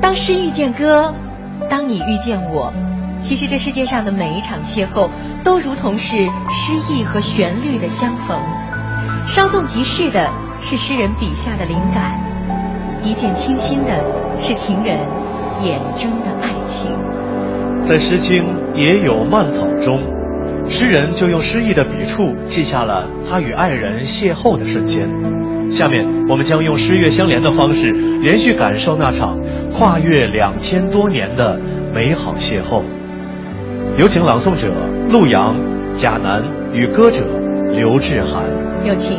当诗遇见歌，当你遇见我，其实这世界上的每一场邂逅都如同是诗意和旋律的相逢，稍纵即逝的是诗人笔下的灵感，一见倾心的是情人眼中的爱情。 在诗经也有蔓草中，诗人就用诗意的笔触记下了他与爱人邂逅的瞬间。下面我们将用诗乐相连的方式连续感受那场跨越2000多年的美好邂逅。有请朗诵者陆阳、贾楠与歌者刘志涵。 有请。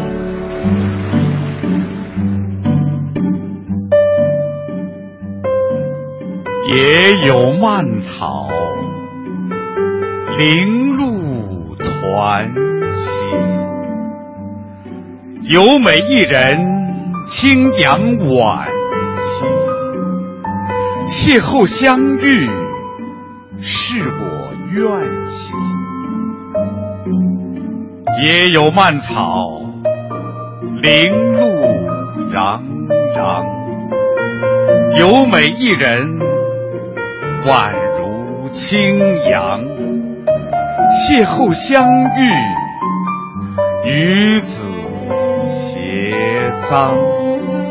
也有蔓草，零露团兮。有美一人，清扬婉兮。邂逅相遇，是我愿兮。也有蔓草，零露攘攘。有美一人，宛如清扬。邂逅相遇，与子偕臧。